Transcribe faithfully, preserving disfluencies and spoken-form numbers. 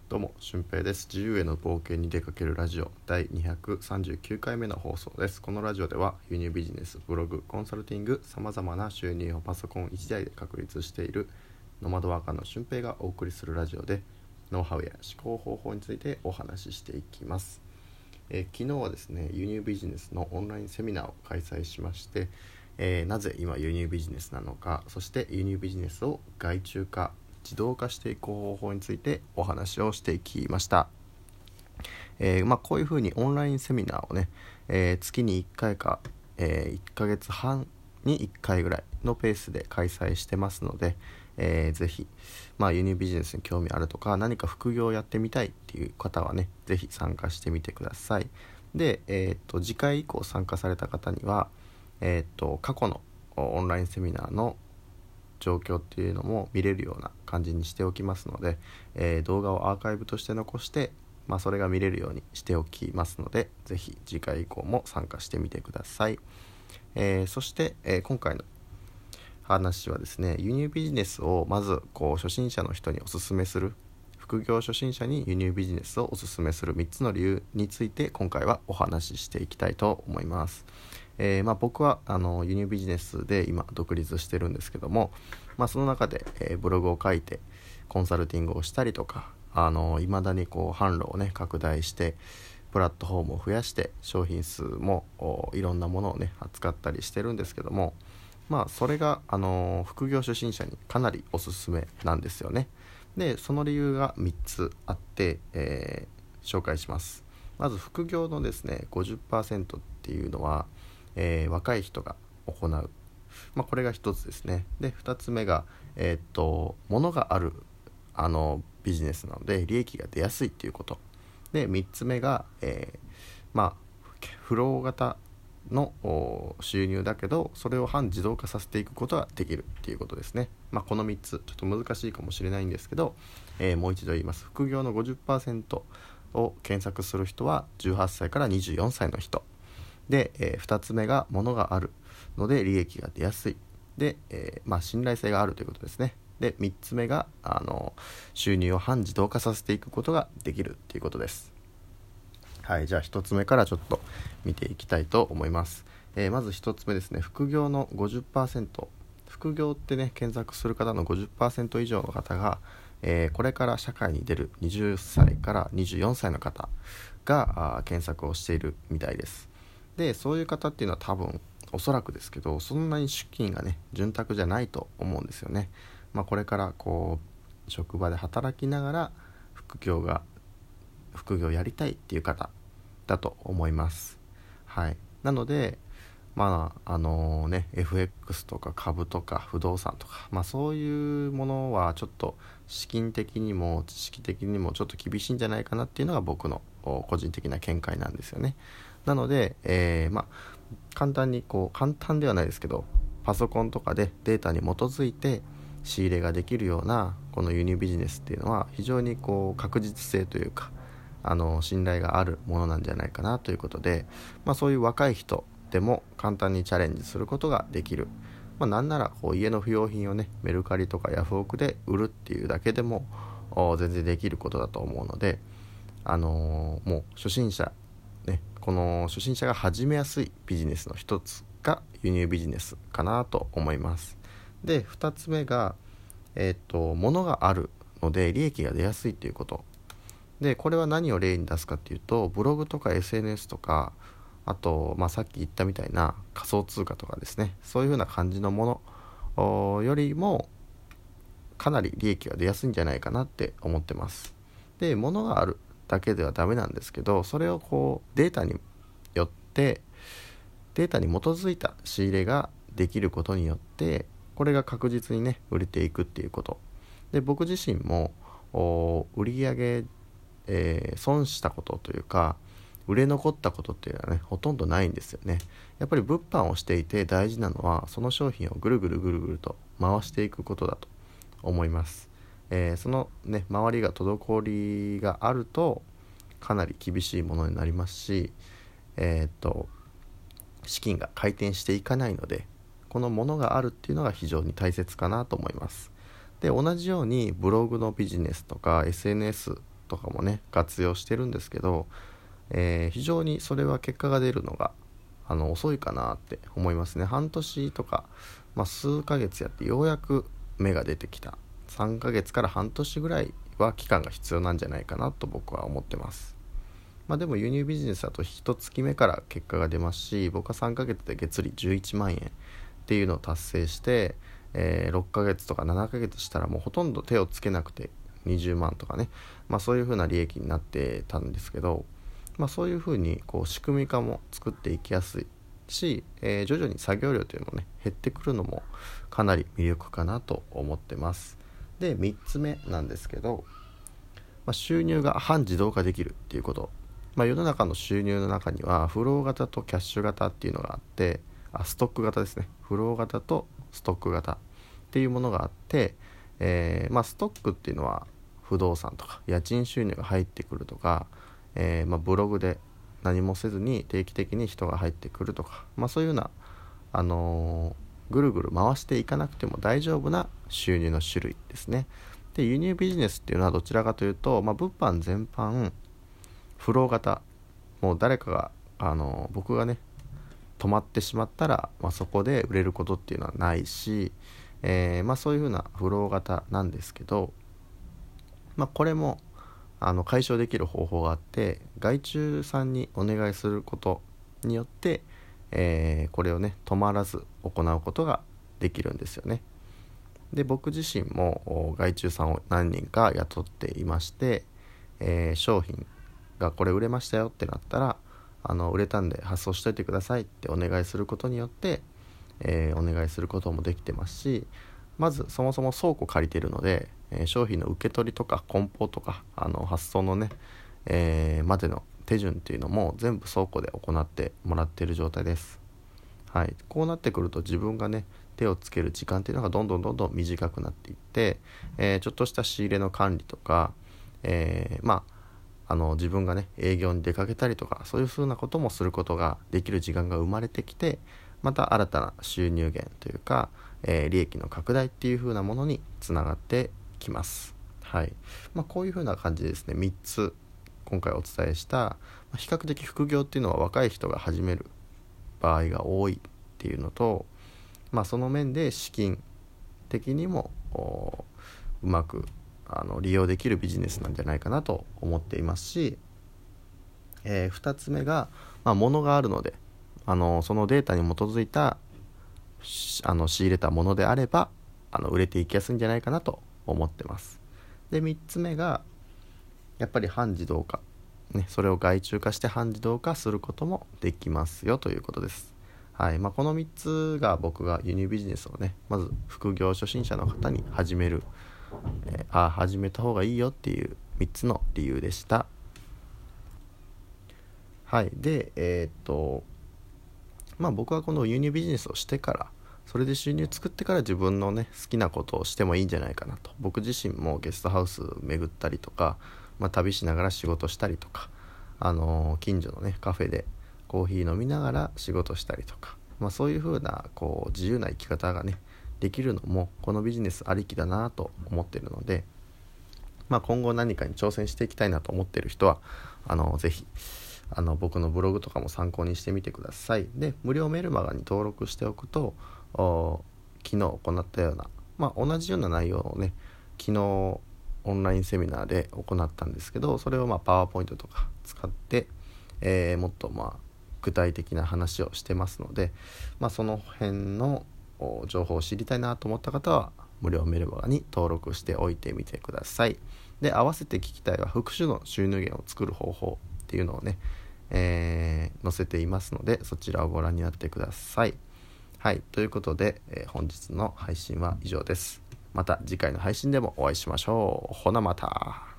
どうも、俊平です。自由への冒険に出かけるラジオだいにひゃくさんじゅうきゅうかいめの放送です。このラジオでは輸入ビジネス、ブログ、コンサルティング、さまざまな収入をパソコンいちだいで確立しているノマドワーカーの俊平がお送りするラジオで、ノウハウや思考方法についてお話ししていきます。えー、昨日はですね、輸入ビジネスのオンラインセミナーを開催しまして、えー、なぜ今輸入ビジネスなのか、そして輸入ビジネスを外注化自動化していく方法についてお話をしていきました。えーまあ、こういうふうにオンラインセミナーをね、えー、月にいっかいか、えー、いっかげつはんにいっかいぐらいのペースで開催してますので、えー、ぜひ、まあ、輸入ビジネスに興味あるとか何か副業をやってみたいっていう方はね、ぜひ参加してみてください。で、えー、と次回以降参加された方には、えー、と過去のオンラインセミナーの状況っていうのも見れるような感じにしておきますので、えー、動画をアーカイブとして残して、まあ、それが見れるようにしておきますので、ぜひ次回以降も参加してみてください。えー、そして、えー、今回の話はですね、輸入ビジネスをまずこう初心者の人におすすめする、副業初心者に輸入ビジネスをおすすめするみっつの理由について今回はお話ししていきたいと思います。えーまあ、僕はあの輸入ビジネスで今独立してるんですけども、まあ、その中で、えー、ブログを書いてコンサルティングをしたりとか、あの未だにこう販路をね拡大してプラットフォームを増やして商品数もいろんなものをね扱ったりしてるんですけども、まあそれがあの副業初心者にかなりおすすめなんですよね。でその理由がみっつあって、えー、紹介します。まず副業のですね ごじゅっパーセント っていうのは、えー、若い人が行う、まあ、これが一つですね。で二つ目が、えー、っと物があるあのビジネスなので利益が出やすいっていうことで、三つ目が、えー、まあフロー型の収入だけどそれを半自動化させていくことができるっていうことですね。まあこのみっつちょっと難しいかもしれないんですけど、えー、もう一度言います。副業の ごじゅっパーセント を検索する人はじゅうはっさいからにじゅうよんさいの人で、えー、ふたつめが物があるので利益が出やすいで、えーまあ、信頼性があるということですね。でみっつめがあの収入を半自動化させていくことができるということです。はい、じゃあひとつめからちょっと見ていきたいと思います。えー、まずひとつめですね、副業の ごじゅっパーセント。副業ってね、検索する方の ごじゅっパーセント 以上の方が、えー、これから社会に出るはたちからにじゅうよんさいの方が検索をしているみたいです。で、そういう方っていうのは多分おそらくですけど、そんなに出勤がね潤沢じゃないと思うんですよね。まあ、これからこう職場で働きながら副業が副業やりたいっていう方だと思います。はい。なのでまああのね エフエックス とか株とか不動産とか、まあそういうものはちょっと資金的にも知識的にもちょっと厳しいんじゃないかなっていうのが僕の個人的な見解なんですよね。なので、えー、まあ簡単にこう簡単ではないですけど、パソコンとかでデータに基づいて仕入れができるようなこの輸入ビジネスっていうのは非常にこう確実性というかあの信頼があるものなんじゃないかなということで、まあ、そういう若い人でも簡単にチャレンジすることができる、まあ、なんならこう家の不要品をねメルカリとかヤフオクで売るっていうだけでも全然できることだと思うので、あのー、もう初心者ね、この初心者が始めやすいビジネスの一つが輸入ビジネスかなと思います。でふたつめが、えー、っと物があるので利益が出やすいということで、これは何を例に出すかっていうと、ブログとか エスエヌエス とか、あと、まあ、さっき言ったみたいな仮想通貨とかですね、そういう風な感じのものよりもかなり利益が出やすいんじゃないかなって思ってます。で、物があるだけではダメなんですけど、それをこうデータによってデータに基づいた仕入れができることによって、これが確実にね売れていくっていうことで、僕自身も売上えー、損したことというか売れ残ったことっていうのはねほとんどないんですよね。やっぱり物販をしていて大事なのはその商品をぐるぐるぐるぐると回していくことだと思います。えー、そのね回りが滞りがあるとかなり厳しいものになりますし、えー、っと資金が回転していかないので、このものがあるっていうのが非常に大切かなと思います。で同じようにブログのビジネスとか エスエヌエスとかもね活用してるんですけど、えー、非常にそれは結果が出るのがあの遅いかなって思いますね。半年とか、まあ、数ヶ月やってようやく芽が出てきた。さんかげつから半年ぐらいは期間が必要なんじゃないかなと僕は思ってます。まあ、でも輸入ビジネスだといちがつめから結果が出ますし、僕はさんかげつで月利じゅういちまんえんっていうのを達成して、えー、ろっかげつとかななかげつしたらもうほとんど手をつけなくてにじゅうまんとかね、まあ、そういう風な利益になってたんですけど、まあ、そういう風にこう仕組み化も作っていきやすいし、えー、徐々に作業量というのもね減ってくるのもかなり魅力かなと思ってます。でみっつめなんですけど、まあ、収入が半自動化できるっていうこと、まあ、世の中の収入の中にはフロー型とキャッシュ型っていうのがあって、あストック型ですね。フロー型とストック型っていうものがあって、えーまあ、ストックっていうのは不動産とか家賃収入が入ってくるとか、えーまあ、ブログで何もせずに定期的に人が入ってくるとか、まあ、そういうような、あのー、ぐるぐる回していかなくても大丈夫な収入の種類ですね。で輸入ビジネスっていうのはどちらかというと、まあ、物販全般フロー型、もう誰かが、あのー、僕がね止まってしまったら、まあ、そこで売れることっていうのはないし、えーまあ、そういう風なフロー型なんですけど、まあ、これもあの解消できる方法があって、外注さんにお願いすることによって、えー、これをね止まらず行うことができるんですよね。で僕自身も外注さんを何人か雇っていまして、えー、商品がこれ売れましたよってなったら、あの売れたんで発送しといてくださいってお願いすることによって、えー、お願いすることもできてますし、まずそもそも倉庫借りてるので、えー、商品の受け取りとか梱包とかあの発送のね、えー、までの手順っていうのも全部倉庫で行ってもらっている状態です。はい、こうなってくると自分がね手をつける時間っていうのがどんどんどんどん短くなっていって、えー、ちょっとした仕入れの管理とか、えー、まああの自分がね営業に出かけたりとか、そういう風なこともすることができる時間が生まれてきて、また新たな収入源というか、えー、利益の拡大っていう風なものにつながってきます。はい、まあ、こういう風な感じでですね、みっつ今回お伝えした比較的副業っていうのは若い人が始める場合が多いっていうのと、まあ、その面で資金的にもうまくあの利用できるビジネスなんじゃないかなと思っていますし、えー、ふたつめが、まあ、物があるので、あのそのデータに基づいたあの仕入れたものであればあの売れていきやすいんじゃないかなと思ってます。でみっつめがやっぱり半自動化、ね、それを外注化して半自動化することもできますよということです。はいまあ、このみっつが僕が輸入ビジネスをねまず副業初心者の方に始める、えー、あ始めた方がいいよっていうみっつの理由でした。はいでえー、っとまあ僕はこの輸入ビジネスをしてから、それで収入作ってから自分のね好きなことをしてもいいんじゃないかなと。僕自身もゲストハウス巡ったりとか、まあ、旅しながら仕事したりとか、あのー、近所のねカフェでコーヒー飲みながら仕事したりとか、まあ、そういう風なこう自由な生き方がねできるのもこのビジネスありきだなと思っているので、まあ、今後何かに挑戦していきたいなと思っている人はあのぜひあの僕のブログとかも参考にしてみてください。で無料メルマガに登録しておくと昨日行ったような、まあ、同じような内容をね昨日オンラインセミナーで行ったんですけど、それをまあパワーポイントとか使って、えー、もっとまあ具体的な話をしてますので、まあ、その辺の情報を知りたいなと思った方は無料メルマガに登録しておいてみてください。で合わせて聞きたいは複数の収入源を作る方法っていうのをね、えー、載せていますのでそちらをご覧になってください。はいということで、えー、本日の配信は以上です。また次回の配信でもお会いしましょう。ほなまた。